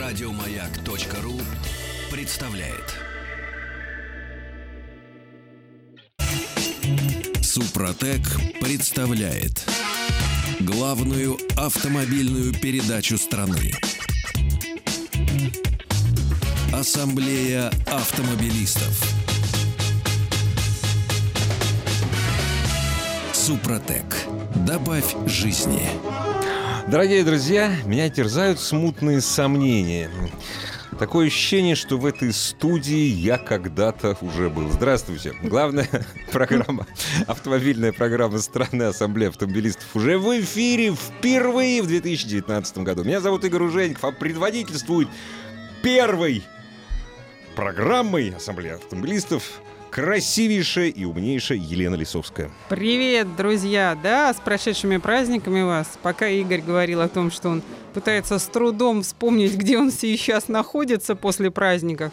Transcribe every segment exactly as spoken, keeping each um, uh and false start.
Радиомаяк.ру представляет. Супротек представляет главную автомобильную передачу страны. Ассамблея автомобилистов. Супротек. Добавь жизни. Дорогие друзья, меня терзают смутные сомнения. Такое ощущение, что в этой студии я когда-то уже был. Здравствуйте. Главная программа, автомобильная программа страны Ассамблея автомобилистов уже в эфире впервые в две тысячи девятнадцатом году. Меня зовут Игорь Ужеников, а предводительствует первой программой Ассамблеи автомобилистов красивейшая и умнейшая Елена Лисовская. Привет, друзья! Да, с прошедшими праздниками вас. Пока Игорь говорил о том, что он пытается с трудом вспомнить, где он сейчас находится после праздников,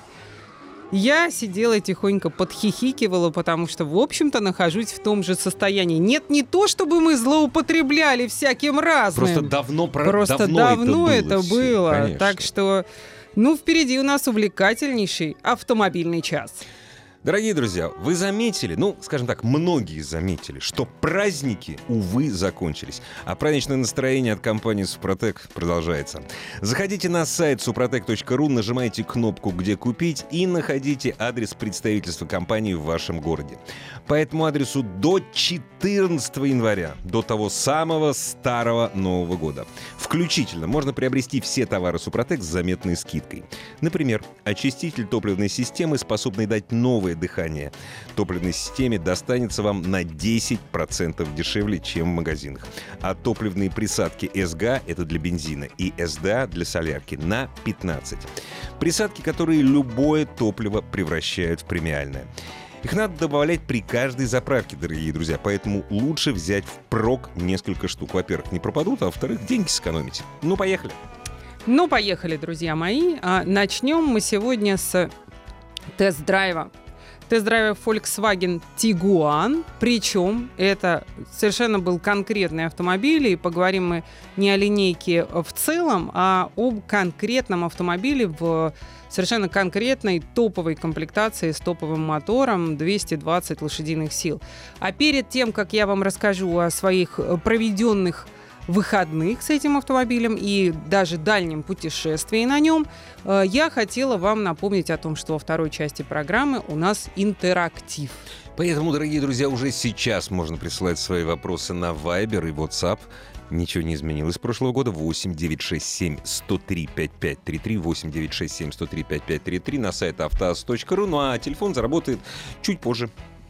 я сидела и тихонько подхихикивала, потому что, в общем-то, нахожусь в том же состоянии. Нет, не то, чтобы мы злоупотребляли всяким разным. Просто давно, про... Просто давно, давно это было. Это было. Конечно. Так что, ну, впереди у нас увлекательнейший автомобильный час. Дорогие друзья, вы заметили, ну, скажем так, многие заметили, что праздники, увы, закончились. А праздничное настроение от компании «Супротек» продолжается. Заходите на сайт супротек точка ру, нажимайте кнопку «Где купить» и находите адрес представительства компании в вашем городе. По этому адресу до четырнадцатого января, до того самого старого Нового года, включительно можно приобрести все товары «Супротек» с заметной скидкой. Например, очиститель топливной системы, способный дать новое дыхание топливной системе, достанется вам на десять процентов дешевле, чем в магазинах. А топливные присадки эс гэ а, это для бензина, и эс дэ а для солярки, на пятнадцать процентов. Присадки, которые любое топливо превращают в премиальное. Их надо добавлять при каждой заправке, дорогие друзья, поэтому лучше взять впрок несколько штук. Во-первых, не пропадут, а во-вторых, деньги сэкономите. Ну, поехали. Ну, поехали, друзья мои. А, начнем мы сегодня с тест-драйва. Тест-драйв Volkswagen Tiguan, причем это совершенно был конкретный автомобиль, и поговорим мы не о линейке в целом, а об конкретном автомобиле в совершенно конкретной топовой комплектации с топовым мотором двести двадцать лошадиных сил. А перед тем, как я вам расскажу о своих проведенных выходных с этим автомобилем и даже дальнем путешествии на нем, я хотела вам напомнить о том, что во второй части программы у нас интерактив. Поэтому, дорогие друзья, уже сейчас можно присылать свои вопросы на Viber и WhatsApp. Ничего не изменилось с прошлого года. восемь девятьсот шестьдесят семь сто три пятьдесят пять тридцать три, восемь девятьсот шестьдесят семь сто три пятьдесят пять тридцать три на сайт автоаз точка ру. Ну а телефон заработает чуть позже.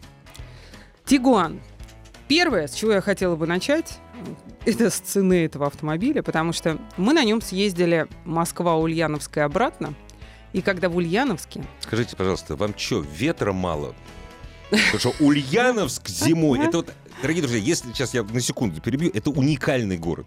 Тигуан. Первое, с чего я хотела бы начать, это с цены этого автомобиля, потому что мы на нем съездили Москва-Ульяновск и обратно. И когда в Ульяновске... Скажите, пожалуйста, вам что, ветра мало? Потому что Ульяновск зимой, это вот, дорогие друзья, если сейчас я на секунду перебью, это уникальный город.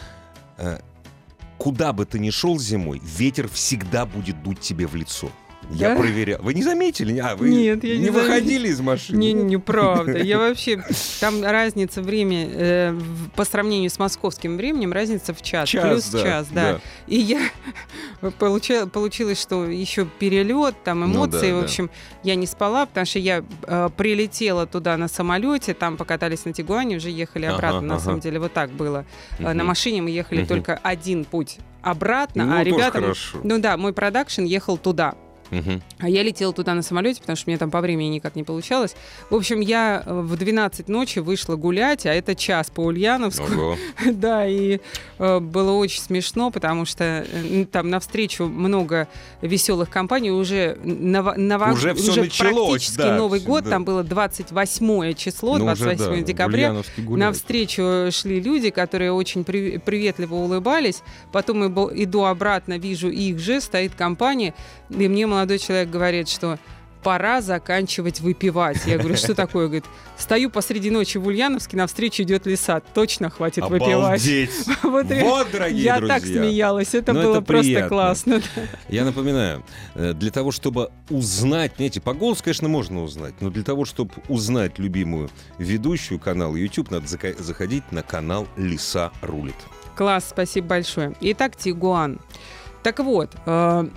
Куда бы ты ни шел зимой, ветер всегда будет дуть тебе в лицо. Я да? проверял. Вы не заметили? А, вы Нет, я не, не выходили заметила. из машины? Не, неправда. Я вообще... Там разница времени э, по сравнению с московским временем, разница в час. час плюс да, час, да. да. И я... Получа... Получилось, что еще перелет, там эмоции. Ну, да, в общем, да. я не спала, потому что я э, прилетела туда на самолете, там покатались на Тигуане, уже ехали обратно. Ага, на ага. самом деле, вот так было. Угу. На машине мы ехали угу. только один путь обратно, ну, а ребята... Хорошо. Ну да, мой продакшн ехал туда. Uh-huh. А я летела туда на самолете, потому что мне там по времени никак не получалось. В общем, я в двенадцать ночи вышла гулять, а это час по Ульяновску. Uh-huh. Да, и э, было очень смешно, потому что э, там навстречу много веселых компаний. Уже, нов... ново... уже, все уже началось, практически да, Новый все, год, да. Там было двадцать восьмое число, ну, двадцать восьмое уже, да, декабря. Навстречу шли люди, которые очень при... приветливо улыбались. Потом я иду обратно, вижу их же, стоит компания, и мне молодой человек говорит, что пора заканчивать выпивать. Я говорю, что такое? Говорит, стою посреди ночи в Ульяновске, навстречу идет лиса. Точно хватит Обалдеть. выпивать. Вот, вот, дорогие я друзья. так смеялась. Это Но было это просто приятно. классно. Я напоминаю, для того, чтобы узнать, понимаете, по голосу, конечно, можно узнать, но для того, чтобы узнать любимую ведущую канала YouTube, надо заходить на канал «Лиса рулит». Класс, спасибо большое. Итак, Тигуан. Так вот, э,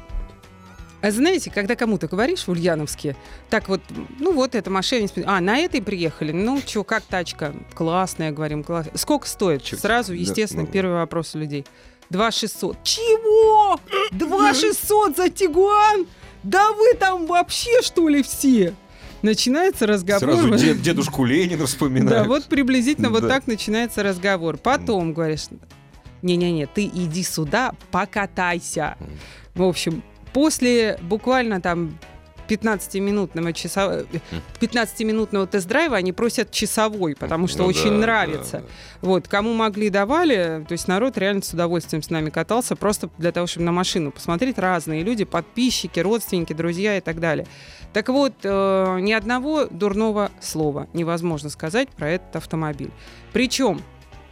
знаете, когда кому-то говоришь в Ульяновске, так вот, ну вот эта машина, а, на этой приехали, ну что, как тачка? Классная, говорим, классная. Сколько стоит? Чё, Сразу, да, естественно, ну, первый вопрос у людей. два шестьсот. Чего? два шестьсот за Тигуан? Да вы там вообще, что ли, все? Начинается разговор. Сразу дед, дедушку Ленина вспоминают. Да, вот приблизительно Да. вот так начинается разговор. Потом говоришь, не-не-не, ты иди сюда, покатайся. В общем, после буквально там пятнадцатиминутного, часа... пятнадцатиминутного тест-драйва они просят часовой, потому что Ну очень да, нравится. да, да. Вот, кому могли, давали. То есть народ реально с удовольствием с нами катался, просто для того, чтобы на машину посмотреть. Разные люди, подписчики, родственники, друзья и так далее. Так вот, э, ни одного дурного слова невозможно сказать про этот автомобиль. Причем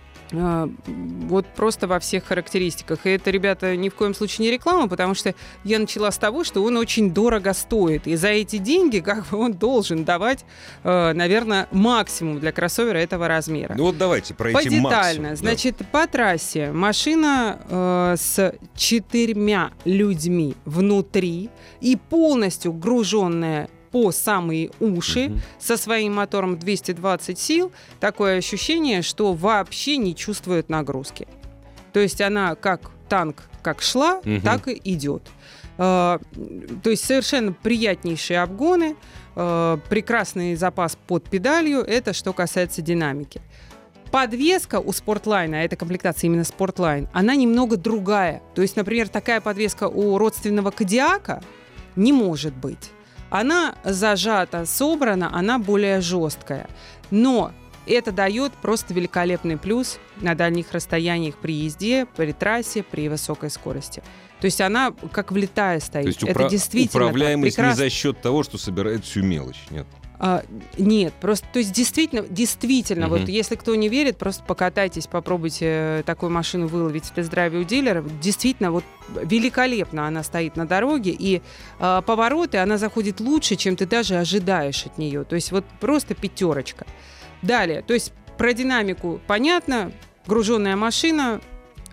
э, вот просто во всех характеристиках. И это, ребята, ни в коем случае не реклама, потому что я начала с того, что он очень дорого стоит. И за эти деньги как бы он должен давать, э, наверное, максимум для кроссовера этого размера. Ну вот давайте про эти Подетально. максимум. Значит, по трассе машина э, с четырьмя людьми внутри и полностью груженная по самые уши, Мгм. со своим мотором двести двадцать сил. Такое ощущение, что вообще не чувствует нагрузки. То есть она как танк как шла, Мгм. так и идет. Э, то есть совершенно приятнейшие обгоны, э, прекрасный запас под педалью. Это что касается динамики. Подвеска у Sportline, а это комплектация именно Sportline, она немного другая. То есть, например, такая подвеска у родственного Кодиака не может быть. Она зажата, собрана, она более жесткая. Но это дает просто великолепный плюс на дальних расстояниях при езде, при трассе, при высокой скорости. То есть она как влитая стоит. То есть это упра- действительно так управляемость не прекрасно. за счет того, что собирает всю мелочь. Нет. А, нет, просто, то есть действительно, действительно, Мгм. вот если кто не верит, просто покатайтесь, попробуйте э, такую машину выловить в тест-драйве у дилера. Действительно, вот великолепно она стоит на дороге, и э, повороты она заходит лучше, чем ты даже ожидаешь от нее. То есть вот просто пятерочка. Далее, то есть про динамику понятно, груженная машина,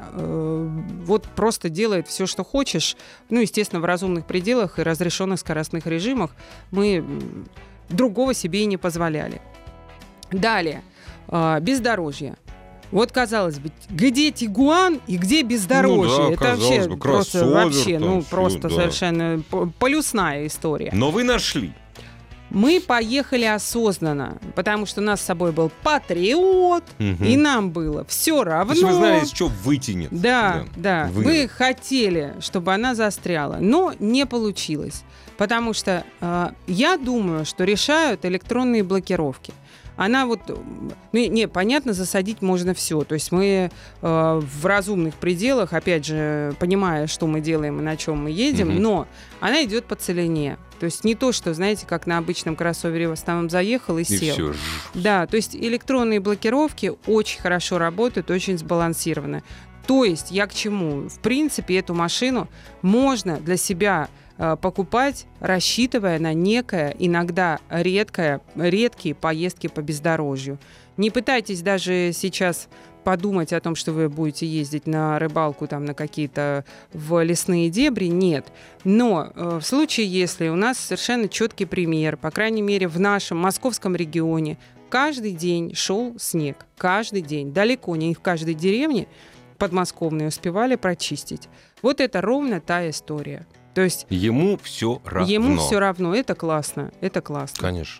э, вот просто делает все, что хочешь, ну, естественно, в разумных пределах и разрешенных скоростных режимах. Мы м, другого себе и не позволяли. Далее, э, бездорожье. Вот, казалось бы, где Тигуан и где бездорожье? Ну да, это казалось вообще бы, просто, кроссовер вообще, там ну, всё, просто да. совершенно п- полюсная история. Но вы нашли. Мы поехали осознанно, потому что у нас с собой был патриот, Мгм. и нам было все То равно. есть вы знали, из чего вытянет. Да, да. Вы- Мы хотели, чтобы она застряла, но не получилось. Потому что э, я думаю, что решают электронные блокировки. Она вот, ну, не, понятно, засадить можно все. То есть мы э, в разумных пределах, опять же, понимая, что мы делаем и на чем мы едем, Мгм. но она идет по целине. То есть не то, что, знаете, как на обычном кроссовере в основном заехал и, И сел. все. Да, то есть электронные блокировки очень хорошо работают, очень сбалансированы. То есть я к чему? В принципе, эту машину можно для себя э, покупать, рассчитывая на некое, иногда редкое, редкие поездки по бездорожью. Не пытайтесь даже сейчас подумать о том, что вы будете ездить на рыбалку, там, на какие-то в лесные дебри, нет. Но э, в случае, если у нас совершенно четкий пример, по крайней мере, в нашем московском регионе, каждый день шел снег, каждый день, далеко не в каждой деревне подмосковные успевали прочистить. Вот это ровно та история. То есть Ему все равно. ему все равно, это классно, это классно. Конечно.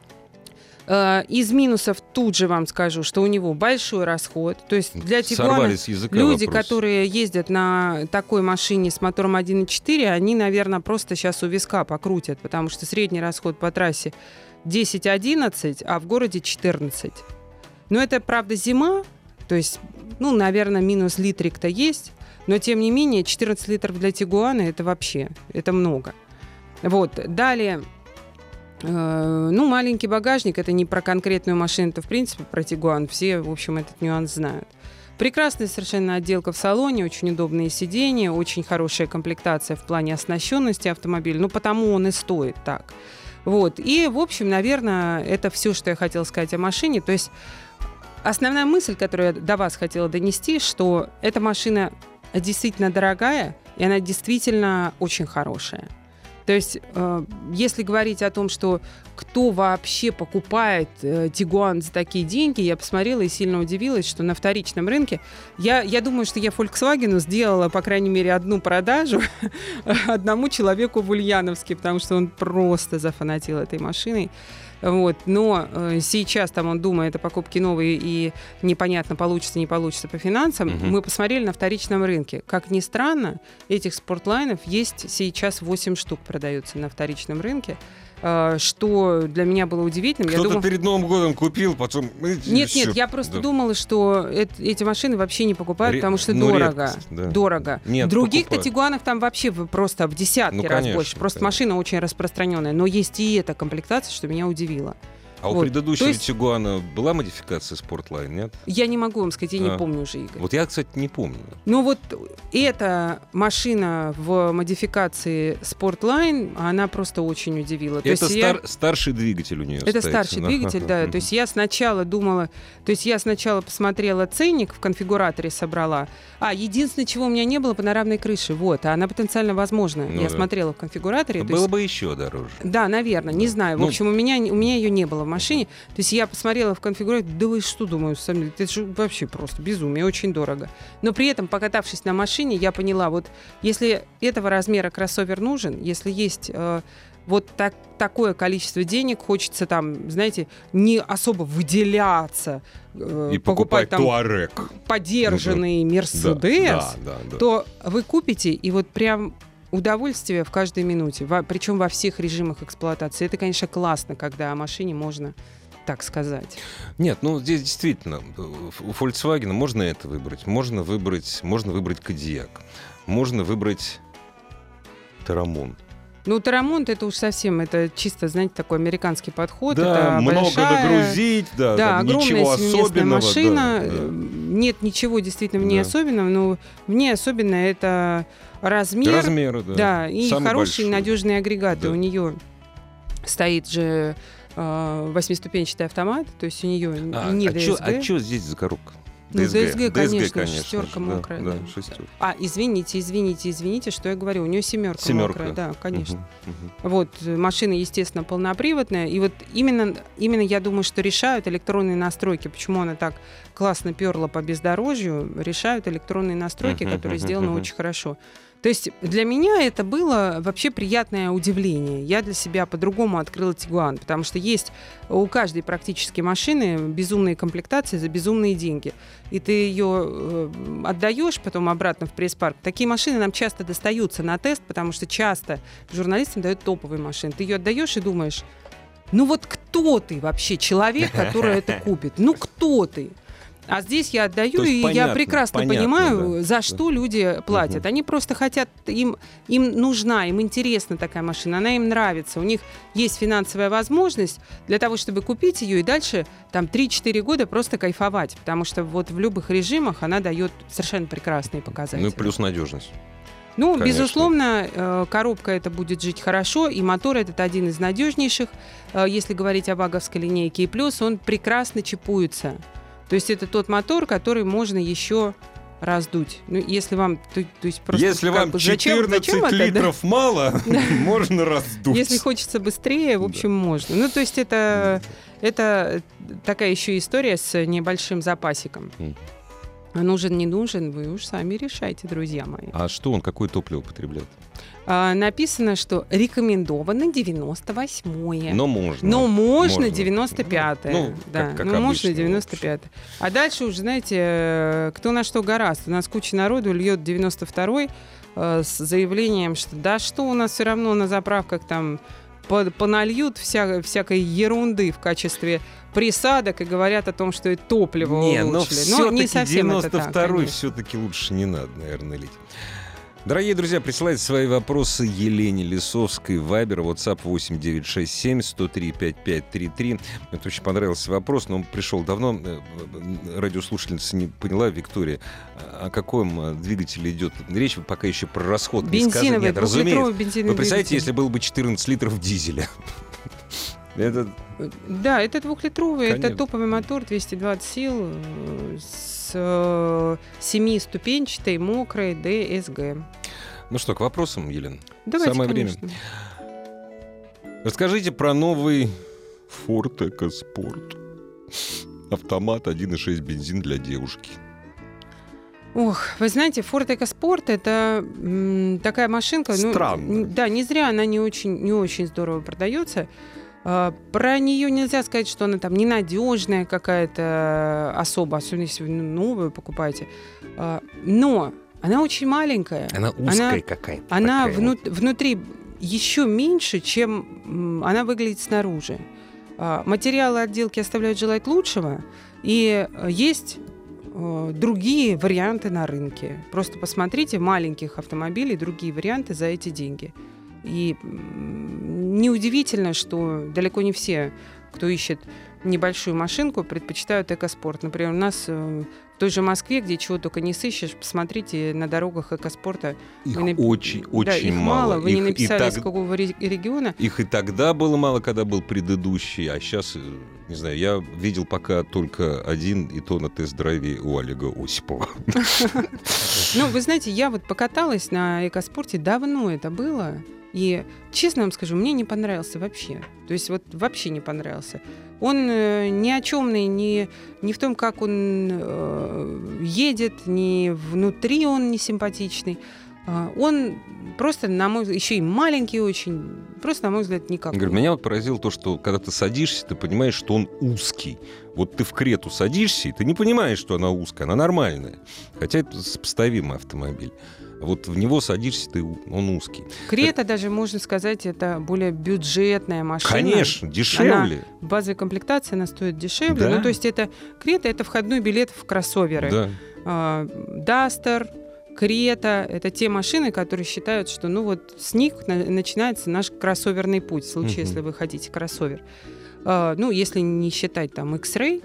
Э, Из минусов тут же вам скажу, что у него большой расход. То есть для Тигуана Сорвали с языка люди, вопрос. которые ездят на такой машине с мотором один и четыре, они, наверное, просто сейчас у виска покрутят, потому что средний расход по трассе десять-одиннадцать, а в городе четырнадцать. Но это, правда, зима, то есть, ну, наверное, минус литрик-то есть, но, тем не менее, четырнадцать литров для Тигуана — это вообще, это много. Вот, далее... Э, ну, маленький багажник — это не про конкретную машину, это, в принципе, про Тигуан. Все, в общем, этот нюанс знают. Прекрасная совершенно отделка в салоне, очень удобные сиденья, очень хорошая комплектация в плане оснащенности автомобиля. Ну, потому он и стоит так. Вот. И, в общем, наверное, это все, что я хотела сказать о машине. То есть основная мысль, которую я до вас хотела донести, что эта машина действительно дорогая, и она действительно очень хорошая. То есть, э, если говорить о том, что кто вообще покупает э, Тигуан за такие деньги, я посмотрела и сильно удивилась, что на вторичном рынке, я, я думаю, что я Volkswagen сделала, по крайней мере, одну продажу одному человеку в Ульяновске, потому что он просто зафанатил этой машиной. Вот. Но э, сейчас там он думает о покупке новой, и непонятно, получится, не получится по финансам. Uh-huh. Мы посмотрели на вторичном рынке. Как ни странно, этих спортлайнов есть сейчас восемь штук продаются на вторичном рынке. Что для меня было удивительным. Кто-то я думала... перед Новым годом купил, потом... Нет, нет, я просто да. думала, что это, эти машины вообще не покупают, Ре... потому что ну, дорого. Редкость, да. Дорого. Нет, других Тигуанов там вообще просто в десятки ну, раз конечно, больше. Просто конечно. Машина очень распространенная. Но есть и эта комплектация, что меня удивило. А вот. У предыдущего есть... Тигуана была модификация Sportline, нет? Я не могу вам сказать, я а. не помню уже, Игорь. Вот я, кстати, не помню. Ну вот эта машина в модификации Sportline, она просто очень удивила. Это стар- я... старший двигатель у нее Это стоит. старший двигатель, да. То есть я сначала думала... То есть я сначала посмотрела ценник, в конфигураторе собрала. А, единственное, чего у меня не было, панорамной крыши. Вот, а она потенциально возможна. Ну, я да. смотрела в конфигураторе. Было есть... бы еще дороже. Да, наверное, да. не знаю. В ну... общем, у меня, у меня ее не было в машине. То есть я посмотрела в конфигураторе, да вы что, думаю, сами, это же вообще просто безумие, очень дорого. Но при этом, покатавшись на машине, я поняла, вот если этого размера кроссовер нужен, если есть э, вот так, такое количество денег, хочется там, знаете, не особо выделяться, э, и покупать, покупать там Туарек, подержанный Мерседес, да, да, да, да. то вы купите, и вот прям... удовольствие в каждой минуте, во, причем во всех режимах эксплуатации. Это, конечно, классно, когда о машине можно так сказать. Нет, ну здесь действительно у Volkswagen можно это выбрать. Можно выбрать, можно выбрать Кодиак. Можно выбрать Тарамонт. Ну, Тарамонт это уж совсем, это чисто, знаете, такой американский подход. Да, это много большая, догрузить, да, да, там ничего особенного. Машина. Да, да. Нет ничего действительно в ней да. особенного, но в ней особенно это размер. Размеры, да. Да, и самый хорошие большой. Надежные агрегаты. Да. У нее стоит же э, восьмиступенчатый автомат, то есть у нее а, не а ДСГ. А что здесь за коробка? Ну, ДСГ, ДСГ, конечно, ДСГ, конечно шестерка же, мокрая. Да, Да. Да, шестерка. А, извините, извините, извините, что я говорю. У нее семерка, семерка. мокрая. Да, конечно. Угу, угу. Вот, машина, естественно, полноприводная. И вот именно, именно я думаю, что решают электронные настройки. Почему она так классно перла по бездорожью, решают электронные настройки, uh-huh, которые uh-huh, сделаны uh-huh. очень хорошо. То есть для меня это было вообще приятное удивление. Я для себя по-другому открыла Тигуан, потому что есть у каждой практически машины безумные комплектации за безумные деньги. И ты ее э, отдаешь потом обратно в пресс-парк. Такие машины нам часто достаются на тест, потому что часто журналистам дают топовые машины. Ты ее отдаешь и думаешь, ну вот кто ты вообще, человек, который это купит? Ну кто ты? А здесь я отдаю, и понятно, я прекрасно понятно, понимаю, да. за что люди платят. Угу. Они просто хотят, им, им нужна, им интересна такая машина, она им нравится. У них есть финансовая возможность для того, чтобы купить ее и дальше там три-четыре года просто кайфовать. Потому что вот в любых режимах она дает совершенно прекрасные показатели. Ну и плюс надежность. Ну, конечно. Безусловно, коробка это будет жить хорошо, и мотор этот один из надежнейших, если говорить о ваговской линейке. И плюс он прекрасно чипуется. То есть это тот мотор, который можно еще раздуть. Ну, если вам... То, то есть просто если вам бы, четырнадцать зачем, зачем литров это, мало, можно раздуть. Если хочется быстрее, в общем, можно. Ну, то есть это, это такая еще история с небольшим запасиком. Нужен, не нужен, вы уж сами решайте, друзья мои. А что он, какое топливо потребляет? А, написано, что рекомендовано девяносто восьмое. Но можно. Но можно, можно. девяносто пятое. Ну, да. как, как Но обычно, можно девяносто пятое. А дальше уже, знаете, кто на что гораст. У нас куча народу льет девяносто второй э, с заявлением, что да что у нас все равно на заправках там пональют вся, всякой ерунды в качестве присадок и говорят о том, что это топливо не, улучшили. Но, но не совсем девяносто второй все-таки лучше не надо, наверное, лить. Дорогие друзья, присылайте свои вопросы Елене Лисовской, Вайбер, WhatsApp восемь девятьсот шестьдесят семь сто три пятьдесят пять тридцать три. Мне очень понравился вопрос, но он пришел давно. Радиослушательница не поняла, Виктория, о каком двигателе идет речь. Вы пока еще про расход не сказали. Нет, разумеется. Вы представляете, если было бы четырнадцать литров дизеля? Это... Да, это двухлитровый, конечно. Это топовый мотор, двести двадцать сил, с семиступенчатой мокрой ДСГ. Ну что, к вопросам, Елена? Давайте, Самое конечно. время. Расскажите про новый Ford EcoSport. Автомат один и шесть бензин для девушки. Ох, вы знаете, Ford EcoSport — это м, такая машинка. Странно. Ну, да, не зря она не очень, не очень здорово продается. А, про нее нельзя сказать, что она там ненадежная какая-то особо, особенно если вы новую покупаете. А, но она очень маленькая. Она узкая Она- какая-то. Она такая вну- вот. внутри еще меньше, чем м, она выглядит снаружи. А, Материалы отделки оставляют желать лучшего, и э, есть э, другие варианты на рынке. Просто посмотрите маленьких автомобилей, другие варианты за эти деньги. И м, неудивительно, что далеко не все, кто ищет небольшую машинку, предпочитают экоспорт. Например, у нас э, в той же Москве, где чего только не сыщешь, посмотрите на дорогах экоспорта. Их Вы нап- очень, очень да, их мало. мало. Вы не Их и написали, так- из какого ре- региона. Их и тогда было мало, когда был предыдущий, а сейчас, не знаю, я видел пока только один, и то на тест-драйве у Олега Осипова. Ну, вы знаете, я вот покаталась на экоспорте, давно это было, и, честно вам скажу, мне не понравился вообще. То есть вот вообще не понравился. Он э, ни о чемный, ни, ни в том, как он э, едет, ни внутри он не симпатичный. А, он просто, на мой взгляд, еще и маленький очень, просто, на мой взгляд, никак. Говорю, меня вот поразило то, что когда ты садишься, ты понимаешь, что он узкий. Вот ты в Крету садишься, и ты не понимаешь, что она узкая, она нормальная. Хотя это сопоставимый автомобиль. А вот в него садишься, ты, он узкий. Крета даже, можно сказать, это более бюджетная машина. Конечно, дешевле. Базовая комплектация, она стоит дешевле. Да. Ну, то есть это Крета — это входной билет в кроссоверы. Да. А, Дастер, Крета — это те машины, которые считают, что ну вот с них на- начинается наш кроссоверный путь, в случае, Мгм. если вы хотите кроссовер. А, ну, если не считать там X-Ray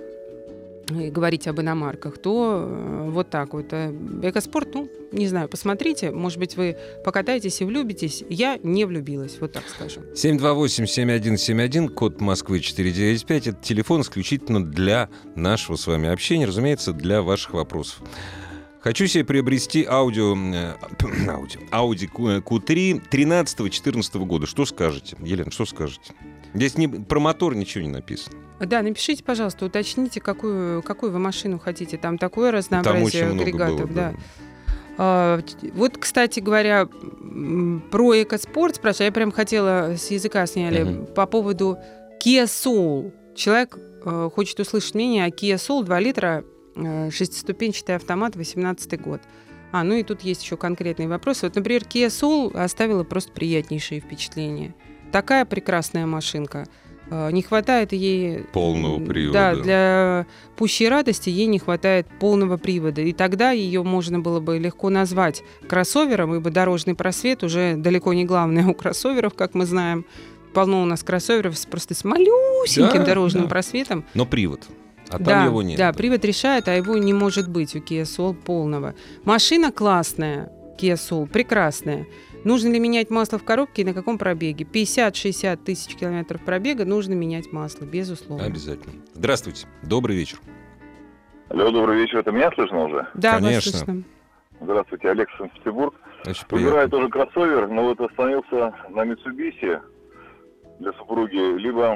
и говорить об иномарках, то э, вот так вот. Э, Экоспорт, ну, не знаю, посмотрите, может быть, вы покатаетесь и влюбитесь. Я не влюбилась, вот так скажем. семь два восемь семь один семь один, код Москвы четыре девять пять. Это телефон исключительно для нашего с вами общения, разумеется, для ваших вопросов. Хочу себе приобрести аудио, э, аудио, Audi кью три тринадцатого-четырнадцатого года. Что скажете? Елена, что скажете? Здесь не, про мотор ничего не написано. Да, напишите, пожалуйста, уточните, какую, какую вы машину хотите. Там такое разнообразие Там очень много агрегатов. было, да. да. А, вот, кстати говоря, м, про экоспорт спрашиваю. Я прям хотела, с языка сняли, Мгм. по поводу Kia Soul. Человек э, хочет услышать мнение о Kia Soul два литра, э, шестиступенчатый автомат, восемнадцатый год. А, ну и тут есть еще конкретные вопросы. Вот, например, Kia Soul оставила просто приятнейшие впечатления. Такая прекрасная машинка. Э, Не хватает ей... Полного привода. Да, для пущей радости ей не хватает полного привода. И тогда ее можно было бы легко назвать кроссовером, ибо дорожный просвет уже далеко не главное у кроссоверов, как мы знаем. Полно у нас кроссоверов с просто с малюсеньким Да, дорожным да. просветом. Но привод. А там да, его нет. да, привод решает, а его не может быть у Kia Soul полного. Машина классная, Kia Soul, прекрасная. Нужно ли менять масло в коробке и на каком пробеге? пятьдесят-шестьдесят тысяч километров пробега, нужно менять масло, безусловно. Обязательно. Здравствуйте. Добрый вечер. Алло, добрый вечер. Это меня слышно уже? Да, вас Конечно. слышно. Здравствуйте, Олег, Санкт-Петербург. Очень Выбираю приятно. тоже кроссовер, но вот остановился на Mitsubishi для супруги, либо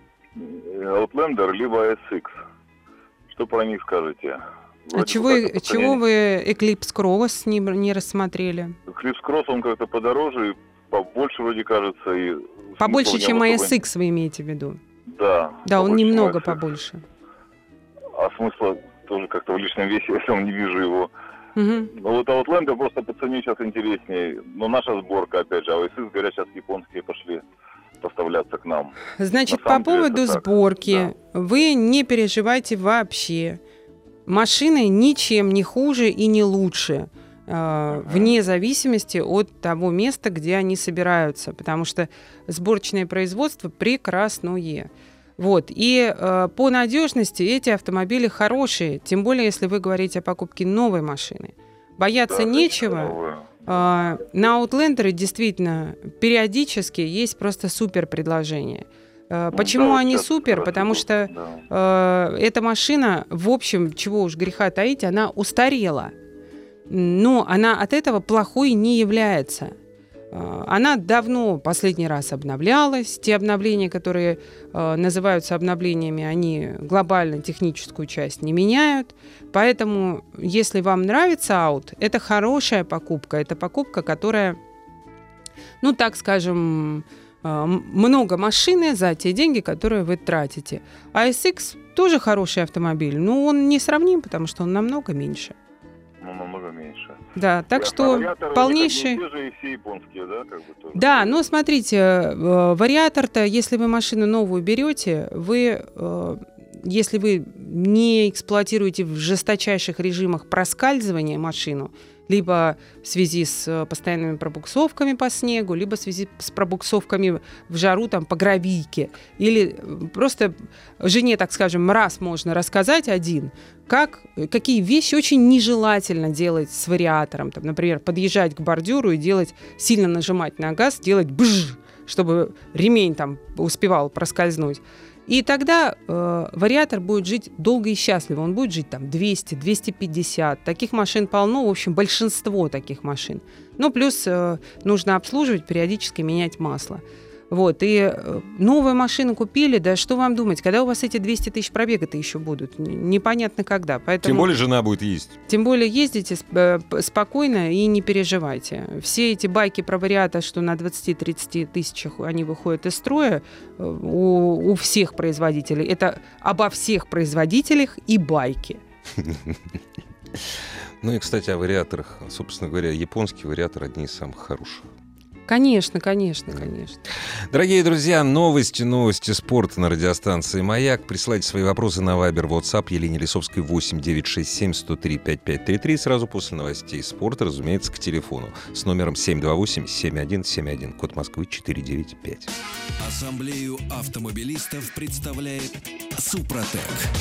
Outlander, либо эс икс. Что про них скажете? А Вроде чего, бы как-то по чего цене. вы Eclipse Cross не, не рассмотрели? Eclipse Cross, он как-то подороже, и побольше вроде кажется. И Побольше, смысла в чем нем эс особо- икс вы имеете в виду? Да. Да, он побольше, чем немного эс икс. побольше. А смысла тоже как-то в личном весе, я сам не вижу его. Мгм. Ну вот Outlander просто по цене сейчас интереснее. Но наша сборка, опять же, а эс икс, говорят, сейчас японские пошли поставляться к нам. Значит, На по самом деле поводу это так, сборки вы не переживайте вообще. Машины ничем не хуже и не лучше, э, вне зависимости от того места, где они собираются, потому что сборочное производство прекрасное. Вот. И э, по надежности эти автомобили хорошие, тем более, если вы говорите о покупке новой машины. Бояться Да, нечего. новую. А, на Outlander действительно периодически есть просто супер предложения. А, Ну Почему да, они сейчас супер? как раз Потому идут, что да. э, эта машина, в общем, чего уж греха таить, она устарела. но она от этого плохой не является. Она давно последний раз обновлялась. Те обновления, которые э, называются обновлениями, они глобально техническую часть не меняют. Поэтому, если вам нравится Audi, это хорошая покупка. Это покупка, которая, ну, так скажем, э, много машины за те деньги, которые вы тратите. А эс икс тоже хороший автомобиль, но он не сравним, потому что он намного меньше. Ну, намного меньше. Да, так Да, что вариаторы полнейший... те же и все японские, да, как бы тоже. Да, но смотрите, э, вариатор-то, если вы машину новую берете, вы, э, если вы не эксплуатируете в жесточайших режимах проскальзывания машину, либо в связи с постоянными пробуксовками по снегу, либо в связи с пробуксовками в жару там, по гравийке, или просто жене, так скажем, раз можно рассказать один, как, какие вещи очень нежелательно делать с вариатором. Там, например, подъезжать к бордюру и делать, сильно нажимать на газ, делать бжж, чтобы ремень там успевал проскользнуть. И тогда э, вариатор будет жить долго и счастливо. Он будет жить там двести - двести пятьдесят. Таких машин полно, в общем, большинство таких машин. Ну, плюс э, нужно обслуживать, периодически менять масло. Вот, и э, новую машину купили, да что вам думать, когда у вас эти двести тысяч пробега-то еще будут? Непонятно когда. Поэтому, Тем более жена будет ездить. Тем более ездите э, спокойно и не переживайте. Все эти байки про вариатор, что на двадцати-тридцати тысячах они выходят из строя, э, у, у всех производителей. Это обо всех производителях и байки. Ну и, кстати, о вариаторах. Собственно говоря, японские вариаторы одни из самых хороших. Конечно, конечно, конечно. Дорогие друзья, новости, новости спорта на радиостанции «Маяк». Присылайте свои вопросы на Вайбер, WhatsApp Елене Лисовской восемь девятьсот шестьдесят семь сто три пятьдесят пять тридцать три. Сразу после новостей спорта, разумеется, к телефону с номером семь два восемь семь один семь один, код Москвы четыре девять пять. Ассамблею автомобилистов представляет Супротек.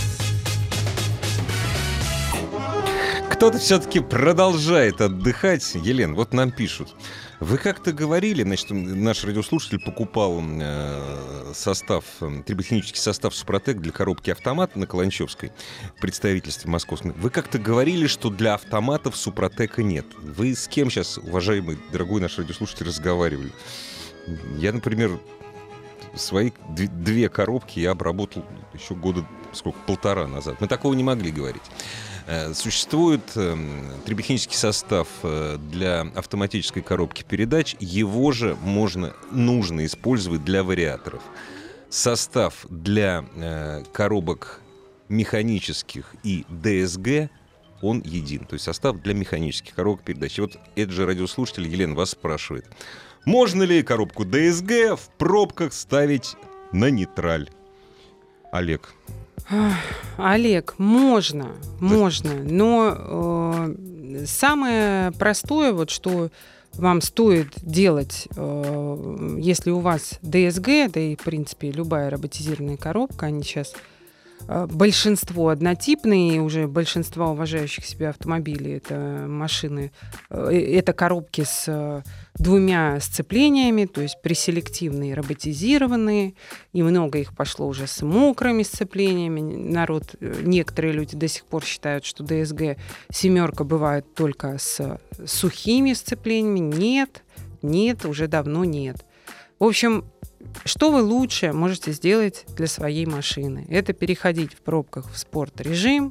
Кто-то все-таки продолжает отдыхать. Елен, вот нам пишут. Вы как-то говорили, значит, наш радиослушатель покупал э, состав, э, триботехнический состав Супротек для коробки автомата на Каланчевской в представительстве московском. Вы как-то говорили, что для автоматов Супротека нет. Вы с кем сейчас, уважаемый, дорогой наш радиослушатель, разговаривали? Я, например, свои д- две коробки я обработал еще года, сколько, полтора назад. Мы такого не могли говорить. Существует э, триботехнический состав э, для автоматической коробки передач. Его же можно, нужно использовать для вариаторов. Состав для э, коробок механических и ди эс джи, он един. То есть состав для механических коробок передач. И вот этот же радиослушатель Елена вас спрашивает. Можно ли коробку ди эс джи в пробках ставить на нейтраль? Олег. Олег, можно, можно, но э, самое простое, вот что вам стоит делать, э, если у вас ди эс джи, да и, в принципе, любая роботизированная коробка, они сейчас э, большинство однотипные, уже большинство уважающих себя автомобилей, это машины, э, это коробки с э, двумя сцеплениями, то есть преселективные, роботизированные, и много их пошло уже с мокрыми сцеплениями. Народ, некоторые люди до сих пор считают, что ди эс джи семерка бывает только с сухими сцеплениями. Нет, нет, уже давно нет. В общем, что вы лучше можете сделать для своей машины? Это переходить в пробках в спорт-режим,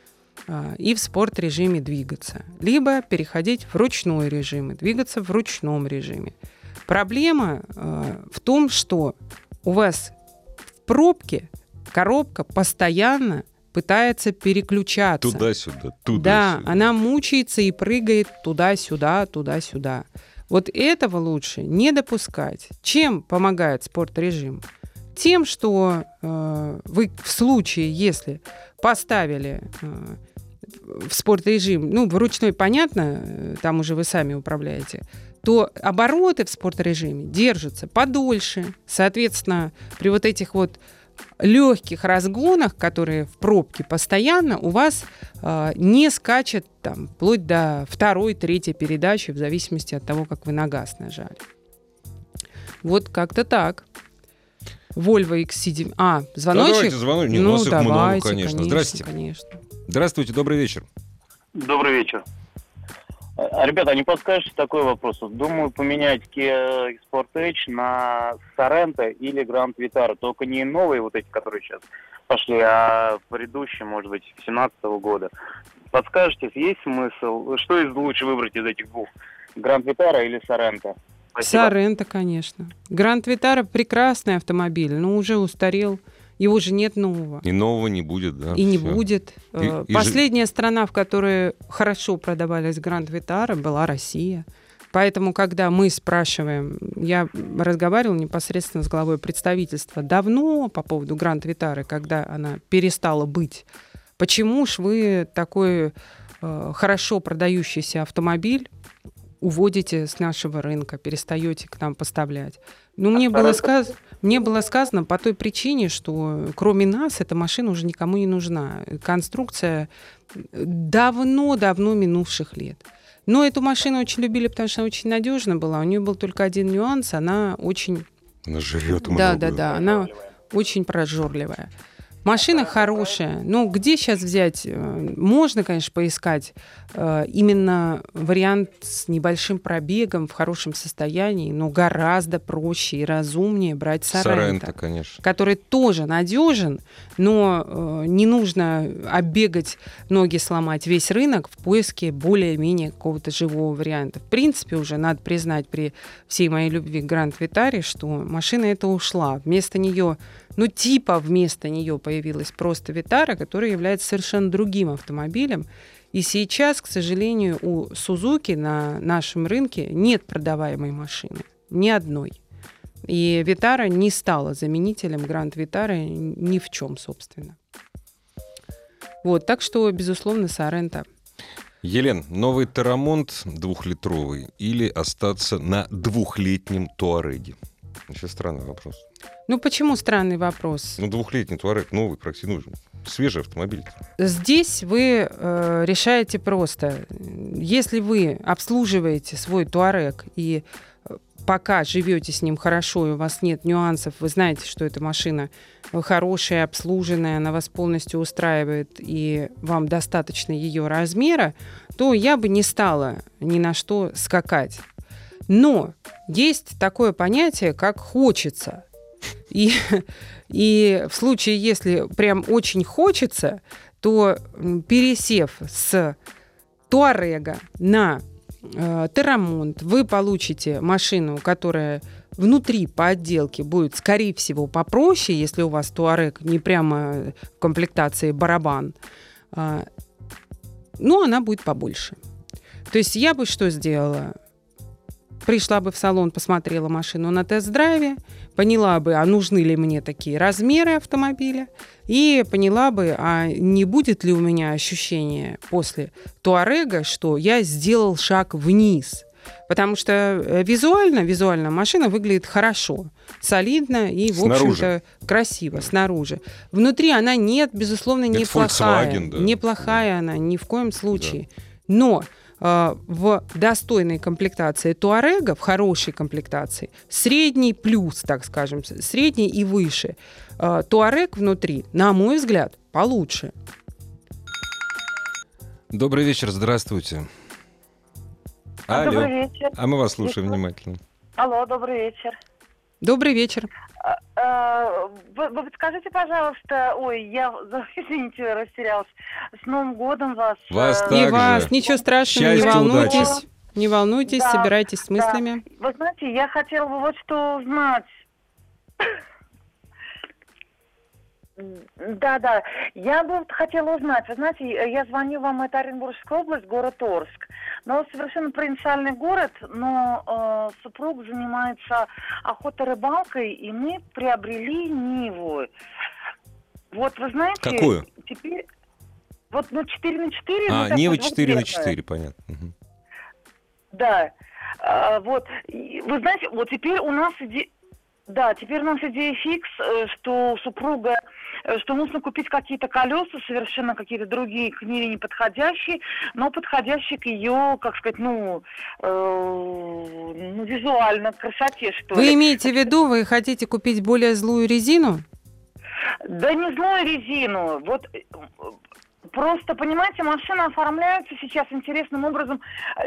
и в спорт-режиме двигаться. Либо переходить в ручной режим и двигаться в ручном режиме. Проблема э, в том, что у вас в пробке коробка постоянно пытается переключаться. Туда-сюда, туда-сюда. Да, она мучается и прыгает туда-сюда, туда-сюда. Вот этого лучше не допускать. Чем помогает спорт-режим? Тем, что э, вы в случае, если поставили э, в спорт-режим, ну, в ручной, понятно, там уже вы сами управляете, то обороты в спорт-режиме держатся подольше. Соответственно, при вот этих вот легких разгонах, которые в пробке постоянно, у вас э, не скачет там, вплоть до второй, третьей передачи, в зависимости от того, как вы на газ нажали. Вот как-то так. Volvo икс си девять. А, звоночек? Да, давайте звоночек. Нет, ну, у нас их давайте, много, конечно. конечно. Здравствуйте. Конечно. Здравствуйте, добрый вечер. Добрый вечер. Ребята, не подскажете такой вопрос? Думаю поменять Kia Sportage на Sorento или Grand Vitara. Только не новые вот эти, которые сейчас пошли, а предыдущие, может быть, семнадцатого года. Подскажете, есть смысл? Что из лучше выбрать из этих двух? Grand Vitara или Sorento? Sorento, конечно. Grand Vitara прекрасный автомобиль, но уже устарел. Его же нет нового. И нового не будет, да? И не всё. будет. И- и Последняя же... страна, в которой хорошо продавались Grand Vitara, была Россия. Поэтому, когда мы спрашиваем, я разговаривала непосредственно с главой представительства давно по поводу Grand Vitara, когда она перестала быть. Почему ж вы такой э, хорошо продающийся автомобиль уводите с нашего рынка, перестаете к нам поставлять? Ну, мне было, сказ... мне было сказано по той причине, что кроме нас эта машина уже никому не нужна. Конструкция давно-давно минувших лет. Но эту машину очень любили, потому что она очень надежна была. У нее был только один нюанс, она очень... Она жрет много. Да-да-да, она очень прожорливая. Машина хорошая, но где сейчас взять? Можно, конечно, поискать э, именно вариант с небольшим пробегом, в хорошем состоянии, но гораздо проще и разумнее брать Sorento, Sorento, конечно. который тоже надежен, но э, не нужно оббегать, ноги сломать весь рынок в поиске более-менее какого-то живого варианта. В принципе, уже надо признать при всей моей любви к Grand Vitara, что машина эта ушла. Вместо нее... Ну, типа вместо нее появилась просто Vitara, которая является совершенно другим автомобилем. И сейчас, к сожалению, у Suzuki на нашем рынке нет продаваемой машины. Ни одной. И Vitara не стала заменителем Grand Vitara ни в чем, собственно. Вот, так что, безусловно, Sorento. Елен, новый Тарамонт двухлитровый или остаться на двухлетнем Туареге? Еще странный вопрос. Ну, почему странный вопрос? Ну, двухлетний Туарек, новый, практически, ну, свежий автомобиль. Здесь вы э, решаете просто. Если вы обслуживаете свой Туарек и пока живете с ним хорошо, и у вас нет нюансов, вы знаете, что эта машина хорошая, обслуженная, она вас полностью устраивает, и вам достаточно ее размера, то я бы не стала ни на что скакать. Но есть такое понятие, как «хочется». И, и в случае, если прям очень хочется, то пересев с Туарега на э, Тарамонт, вы получите машину, которая внутри по отделке будет, скорее всего, попроще, если у вас Туарег не прямо в комплектации барабан, э, но она будет побольше. То есть я бы что сделала? Пришла бы в салон, посмотрела машину на тест-драйве, поняла бы, а нужны ли мне такие размеры автомобиля, и поняла бы, а не будет ли у меня ощущение после Туарега, что я сделал шаг вниз. Потому что визуально, визуально машина выглядит хорошо, солидно и, в снаружи. общем-то, красиво снаружи. Внутри она нет, безусловно, Это неплохая. Volkswagen, да. Неплохая да. она, ни в коем случае. Да. Но в достойной комплектации Туарега, в хорошей комплектации, средний плюс, так скажем, средний и выше, Туарег внутри, на мой взгляд, получше. Добрый вечер, здравствуйте. Алло. Добрый вечер. А мы вас слушаем внимательно. Алло, добрый вечер. Добрый вечер. Вы, вы подскажите, пожалуйста, ой, я, извините, растерялась. С Новым годом вас. Вас И также. вас. Ничего страшного, Счастья, не волнуйтесь. удачи. Не волнуйтесь, Да, собирайтесь с мыслями. Да. Вы знаете, я хотела бы вот что узнать. Да, да. Я бы вот хотела узнать. Вы знаете, я звоню вам, это Оренбургская область, город Орск. Но совершенно провинциальный город, но э, супруг занимается охотой, рыбалкой, и мы приобрели Ниву. Вот вы знаете... Какую? Теперь... Вот, ну, четыре на четыре. А, ну, Нива вот четыре на двухлетная. четыре, понятно. Угу. Да. А, вот. И, вы знаете, вот теперь у нас... Иде... Да, теперь у нас идея фикс, что супруга, что нужно купить какие-то колеса, совершенно какие-то другие, к Ниве не подходящие, но подходящие к ее, как сказать, ну, э, ну визуально, красоте, что Вы ли. имеете в виду, вы хотите купить более злую резину? Да не злую резину. Вот Просто, понимаете, машины оформляются сейчас интересным образом.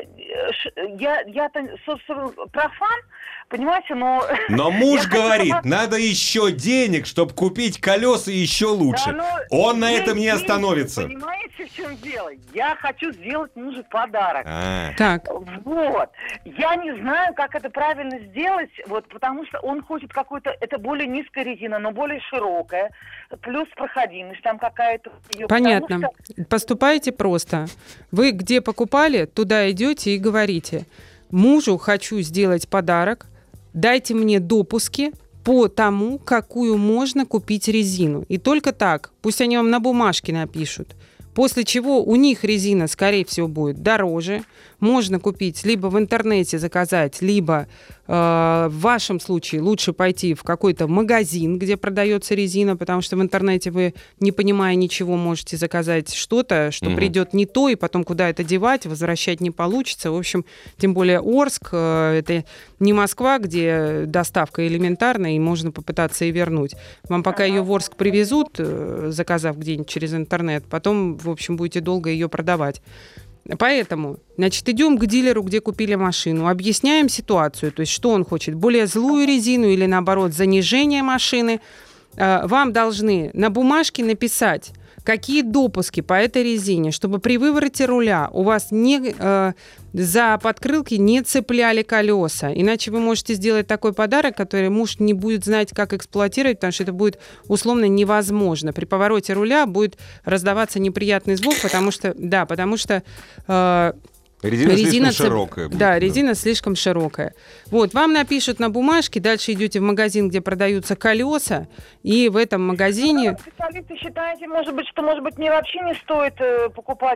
Я, я-то, собственно, профан, понимаете, но... Но муж говорит, хочу... надо еще денег, чтобы купить колеса еще лучше. Да, он на этом не остановится. Понимаете, в чем дело? Я хочу сделать мужу подарок. А. Так. Вот. Я не знаю, как это правильно сделать, вот, потому что он хочет какой-то... Это более низкая резина, но более широкая, плюс проходимость там какая-то. Понятно. Что... Поступаете просто. Вы где покупали, туда идете и говорите: мужу хочу сделать подарок, дайте мне допуски по тому, какую можно купить резину. И только так. Пусть они вам на бумажке напишут. После чего у них резина, скорее всего, будет дороже. Можно купить, либо в интернете заказать, либо э, в вашем случае лучше пойти в какой-то магазин, где продается резина, потому что в интернете вы, не понимая ничего, можете заказать что-то, что mm-hmm. придет не то, и потом куда это девать, возвращать не получится. В общем, тем более Орск э, — это не Москва, где доставка элементарная, и можно попытаться и вернуть. Вам пока ее в Орск привезут, э, заказав где-нибудь через интернет, потом, в общем, будете долго ее продавать. Поэтому, значит, идем к дилеру, где купили машину, объясняем ситуацию, то есть что он хочет, более злую резину или, наоборот, занижение машины. Вам должны на бумажке написать, какие допуски по этой резине, чтобы при вывороте руля у вас не, э, за подкрылки не цепляли колеса. Иначе вы можете сделать такой подарок, который муж не будет знать, как эксплуатировать, потому что это будет условно невозможно. При повороте руля будет раздаваться неприятный звук, потому что, да, потому что... Э, Резина, резина слишком цеп... широкая. Будет, да, резина да. слишком широкая. Вот, вам напишут на бумажке, дальше идете в магазин, где продаются колеса, и в этом магазине... Специалисты считаете, может быть, что, может быть, мне вообще не стоит э, покупать...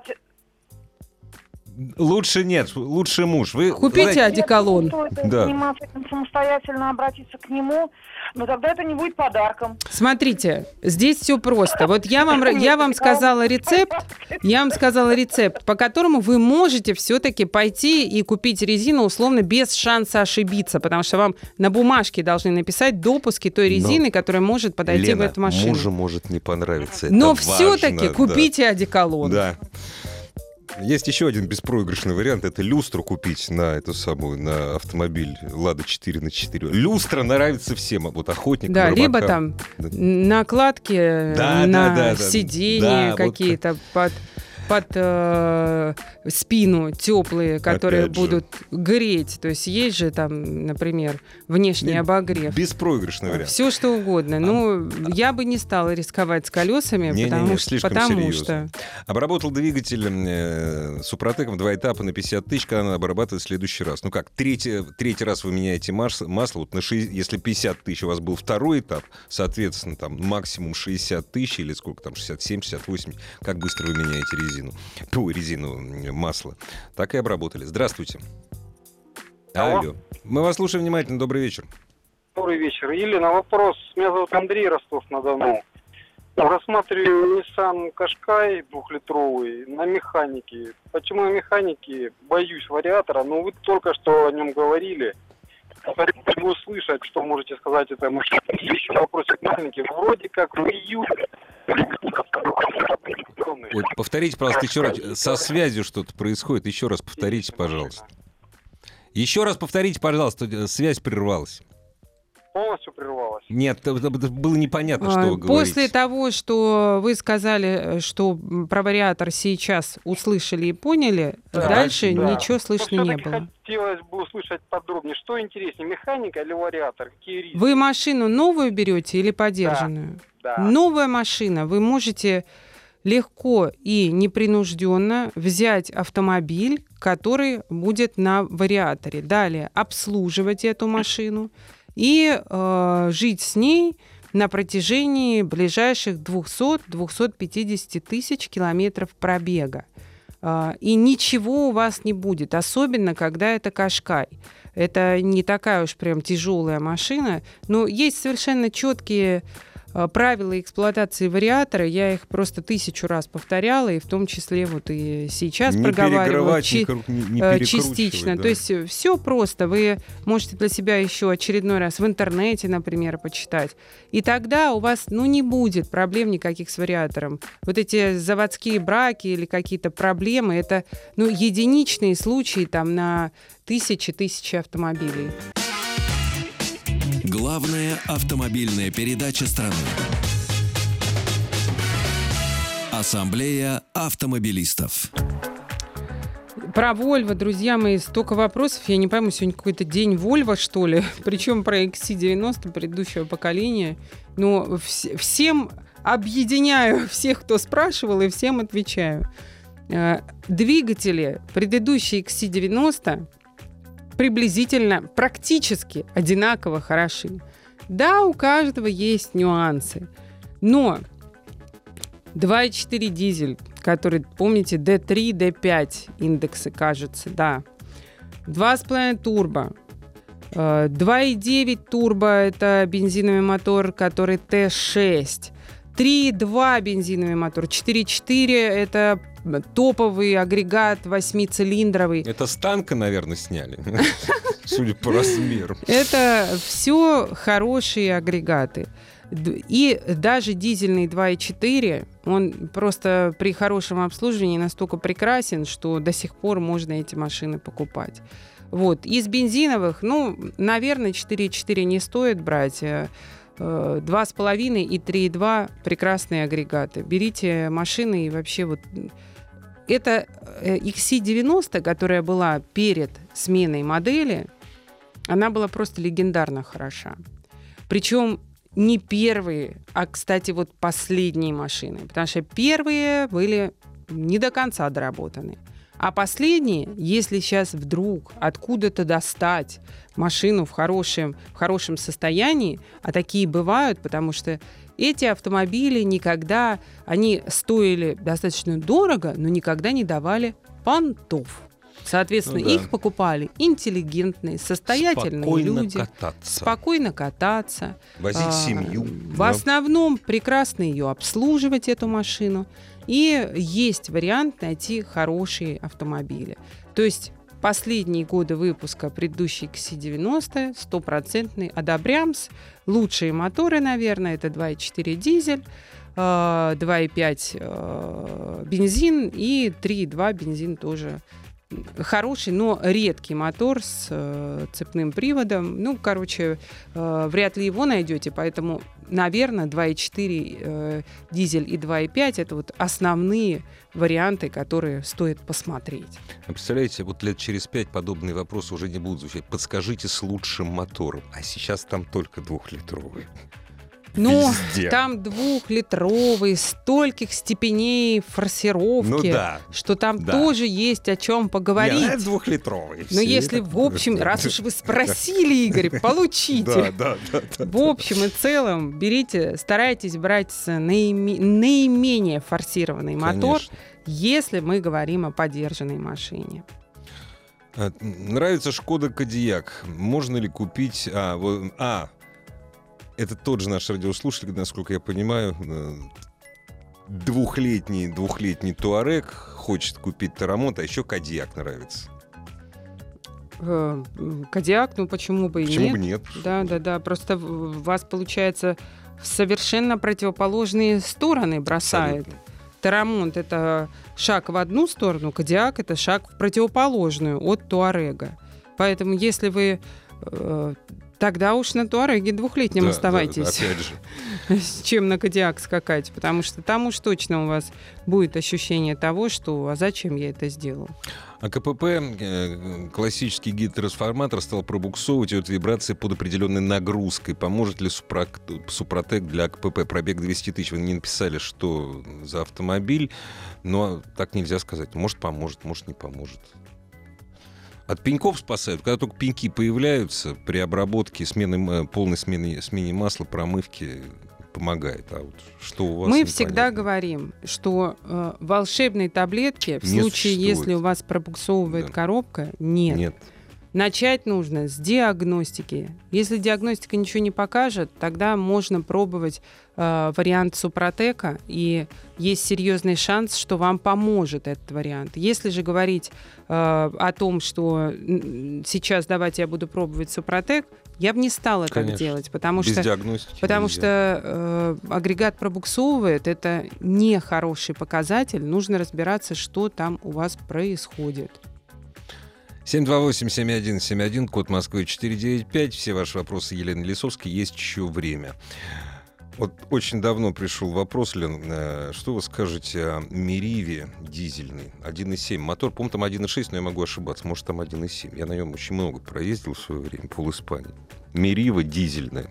Лучше нет, лучше муж. Вы купите знаете... одеколон. Да. Заниматься этим самостоятельно, обратиться к нему, но тогда это не будет подарком. Смотрите, здесь все просто. Вот я вам, я вам сказала рецепт, я вам сказала рецепт, по которому вы можете все-таки пойти и купить резину условно без шанса ошибиться, потому что вам на бумажке должны написать допуски той резины, но, которая может подойти Лена, в эту машину. Мужу может не понравиться. Но это все-таки важно, купите да. одеколон. Да. Есть еще один беспроигрышный вариант. Это люстру купить на эту самую, на автомобиль Лада четыре на четыре. Люстра нравится всем, вот охотникам, да, рыбакам. Либо там да. накладки да, на да, да, сиденье да, какие-то вот... под... под э, спину теплые, которые Опять будут же. греть. То есть есть же там, например, внешний Нет, обогрев. Беспроигрышный вариант. Все что угодно. А... Ну, я бы не стала рисковать с колесами, не, потому, не, не, что, потому что... Обработал двигатель э, Супротеком два этапа на пятьдесят тысяч, когда надо обрабатывать в следующий раз. Ну как, третий, третий раз вы меняете масло, масло вот на шесть, если пятьдесят тысяч у вас был второй этап, соответственно, там максимум шестьдесят тысяч или сколько там, шестьдесят семь шестьдесят восемь, как быстро вы меняете резину? Резину, ту резину, масло. Так и обработали. Здравствуйте. Алло. Алло. Мы вас слушаем внимательно. Добрый вечер. Добрый вечер. Елена, вопрос. Меня зовут Андрей, Ростов-на-Дону. Рассматриваю Nissan Qashqai двухлитровый на механике. Почему на механике? Боюсь вариатора, но вы только что о нем говорили. Хочу услышать, что можете сказать этой машине. Еще вопросик маленький. Вроде как в июле... Ой, повторите, пожалуйста, еще раз. Со связью что-то происходит. Еще раз повторите, пожалуйста. Еще раз повторите, пожалуйста. Связь прервалась. Полностью прервалась? Нет, было непонятно, что вы говорите. После того, что вы сказали, что про вариатор сейчас услышали и поняли, да, дальше да. ничего слышно не было. Хотелось бы услышать подробнее, что интереснее, механика или вариатор? Какие риски? Вы машину новую берете или подержанную? Да. Да. Новая машина. Вы можете легко и непринужденно взять автомобиль, который будет на вариаторе. Далее обслуживать эту машину и э, жить с ней на протяжении ближайших двухсот - двухсот пятидесяти тысяч километров пробега. Э, и ничего у вас не будет, особенно когда это Qashqai. Это не такая уж прям тяжелая машина, но есть совершенно четкие правила эксплуатации вариатора, я их просто тысячу раз повторяла, и в том числе вот и сейчас не проговаривала чи- не, не частично. Да. То есть все просто. Вы можете для себя еще очередной раз в интернете, например, почитать. И тогда у вас ну, не будет проблем никаких с вариатором. Вот эти заводские браки или какие-то проблемы, это ну, единичные случаи там, на тысячи-тысячи автомобилей. Главная автомобильная передача страны. Ассамблея автомобилистов. Про Volvo, друзья мои, столько вопросов. Я не пойму, сегодня какой-то день Volvo, что ли? Причем про икс си девяносто предыдущего поколения. Но вс- всем объединяю всех, кто спрашивал, и всем отвечаю. Э, двигатели предыдущей икс си девяносто приблизительно, практически одинаково хороши. Да, у каждого есть нюансы. Но два и четыре дизель, который, помните, ди три, ди пять индексы, кажется, да. два с половиной турбо. два и девять турбо – это бензиновый мотор, который ти шесть. три и два бензиновый мотор. четыре и четыре – это топовый агрегат восьмицилиндровый. Это с танка, наверное, сняли, судя по размеру. Это все хорошие агрегаты. И даже дизельный два и четыре, он просто при хорошем обслуживании настолько прекрасен, что до сих пор можно эти машины покупать. Вот. Из бензиновых, ну, наверное, четыре и четыре не стоит брать. два с половиной и три и два прекрасные агрегаты. Берите машины и вообще вот... Это икс си девяносто, которая была перед сменой модели, она была просто легендарно хороша. Причем не первые, а, кстати, вот последние машины. Потому что первые были не до конца доработаны. А последние, если сейчас вдруг откуда-то достать машину в хорошем, в хорошем состоянии, а такие бывают, потому что эти автомобили никогда, они стоили достаточно дорого, но никогда не давали понтов. Соответственно, ну, да. их покупали интеллигентные, состоятельные спокойно люди. Кататься. Спокойно кататься. Возить а, семью. В да. основном прекрасно ее обслуживать, эту машину. И есть вариант найти хорошие автомобили. То есть последние годы выпуска предыдущей икс си девяносто стопроцентный одобрямс. Лучшие моторы, наверное, это два и четыре дизель, два и пять бензин и три и два бензин тоже хороший, но редкий мотор с э, цепным приводом. Ну, короче, э, вряд ли его найдете, поэтому, наверное, два и четыре э, дизель и два и пять это вот основные варианты, которые стоит посмотреть. А представляете, вот лет через пять подобные вопросы уже не будут звучать. Подскажите с лучшим мотором. А сейчас там только двухлитровый. Но везде. Там двухлитровый, стольких степеней форсировки, ну, да. что там да. тоже есть о чем поговорить. Нет, двухлитровый. Но если в общем, раз уж вы спросили, Игорь, получите. Да, да, да. В общем и целом, берите, старайтесь брать наиме, наименее форсированный мотор, конечно, если мы говорим о подержанной машине. Нравится Шкода Кодиак. Можно ли купить... А, вот, а это тот же наш радиослушатель, насколько я понимаю, двухлетний, двухлетний Туарек хочет купить Тарамонт, а еще Кодиак нравится. Кодиак, ну почему бы и почему нет? бы нет? Да, да, да. Просто вас, получается, в совершенно противоположные стороны бросает. Тарамонт — это шаг в одну сторону, Кодиак — это шаг в противоположную от Туарега. Поэтому если вы... Тогда уж на Туареге двухлетнем да, оставайтесь, да, опять же. чем на Кодиак скакать, потому что там уж точно у вас будет ощущение того, что «а зачем я это сделал?». А КПП, классический гидротрансформатор, стал пробуксовывать от вибрации под определенной нагрузкой. Поможет ли Супротек для КПП? Пробег двести тысяч. Вы не написали, что за автомобиль, но так нельзя сказать. Может, поможет, может, не поможет. От пеньков спасают. Когда только пеньки появляются, при обработке, смены, полной смене, смене масла, промывке помогает. А вот что у вас? Мы непонятно. Всегда говорим, что э, волшебной таблетки в не случае, существует. Если у вас пробуксовывает да. коробка, нет. Нет. Начать нужно с диагностики. Если диагностика ничего не покажет, тогда можно пробовать э, вариант Супротека, и есть серьезный шанс, что вам поможет этот вариант. Если же говорить э, о том, что сейчас давайте я буду пробовать Супротек, я бы не стала Конечно. так делать, потому Без что, диагностики потому нельзя. что э, агрегат пробуксовывает, это не хороший показатель, нужно разбираться, что там у вас происходит. семь два восемь семь один семь один, код Москвы четыре девять пять. Все ваши вопросы Елены Лисовской. Есть еще время. Вот очень давно пришел вопрос, Лен, э, что вы скажете о Мериве дизельный, один и семь. Мотор, по-моему, там один и шесть, но я могу ошибаться. Может, там один и семь. Я на нем очень много проездил в свое время, пол Испании. Мерива дизельная.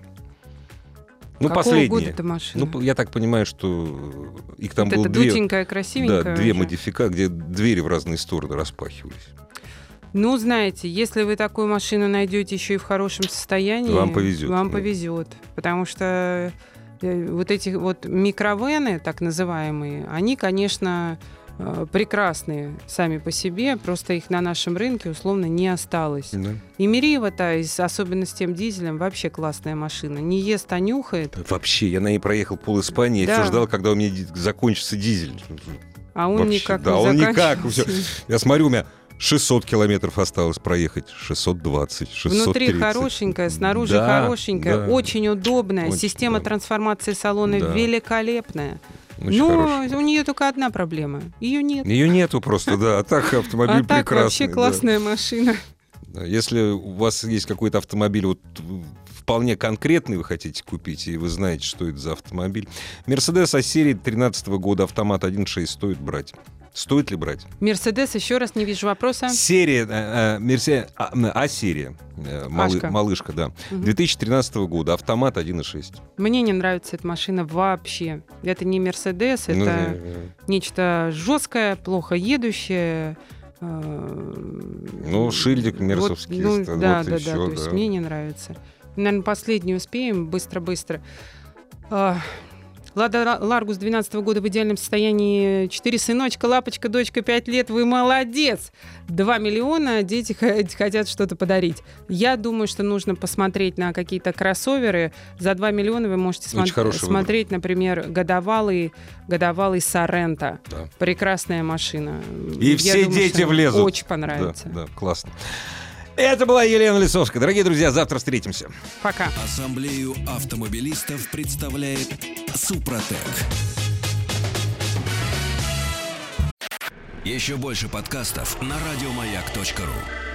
Ну, Какого последняя. года эта машина? Ну, я так понимаю, что их там вот было это две, дутенькая, красивенькая. да, две уже. модификации, где двери в разные стороны распахивались. Ну, знаете, если вы такую машину найдете еще и в хорошем состоянии, Вам повезет. Вам Да. повезет, потому что э, вот эти вот микровены, так называемые, они, конечно, э, прекрасные сами по себе, просто их на нашем рынке условно не осталось. Да. И Мерива-то, особенно с тем дизелем, вообще классная машина. Не ест, а нюхает, Вообще, я на ней проехал пол Испании, я Да. все ждал, когда у меня ди- закончится дизель. а он Вообще, никак да, не он никак. заканчивается. Всё. Я смотрю, у меня шестьсот километров осталось проехать, шестьсот двадцать, шестьсот тридцать. Внутри хорошенькая, снаружи Да, хорошенькая, да. очень удобная. Очень, Система да. трансформации салона Да. великолепная. Очень Но хороший. у нее только одна проблема. Ее нет. Ее нету просто, да. А так автомобиль А так прекрасный. вообще да. классная машина. Да. Если у вас есть какой-то автомобиль вот вполне конкретный, вы хотите купить, и вы знаете, что это за автомобиль. Мерседес А-серии тринадцатого года, автомат один и шесть, стоит брать. Стоит ли брать? Мерседес, еще раз не вижу вопроса. Серия, э, э, Мерсе- а, А-серия, э, малы- Ашка. малышка, да. Мгм. две тысячи тринадцатого года, автомат один и шесть. Мне не нравится эта машина вообще. Это не Мерседес, это Ну, э, нечто жесткое, плохо едущее. Ну, шильдик мерсовский, ну, вот да, и да, всё, да, то есть да. мне не нравится. Наверное, последний успеем, быстро-быстро. А, Лада Ларгус двенадцатого года в идеальном состоянии. Четыре сыночка, лапочка, дочка, пять лет. Вы молодец! Два миллиона, дети х- хотят что-то подарить. Я думаю, что нужно посмотреть на какие-то кроссоверы. За два миллиона вы можете Очень смо- хороший выбор. смотреть, например, годовалый, годовалый Соренто. Да. Прекрасная машина. И Я все думаю, дети что влезут. Очень понравится. Да, да, классно. Это была Елена Лисовская. Дорогие друзья, завтра встретимся. Пока. Ассамблею автомобилистов представляет Супротек. Еще больше подкастов на радиомаяк точка ру.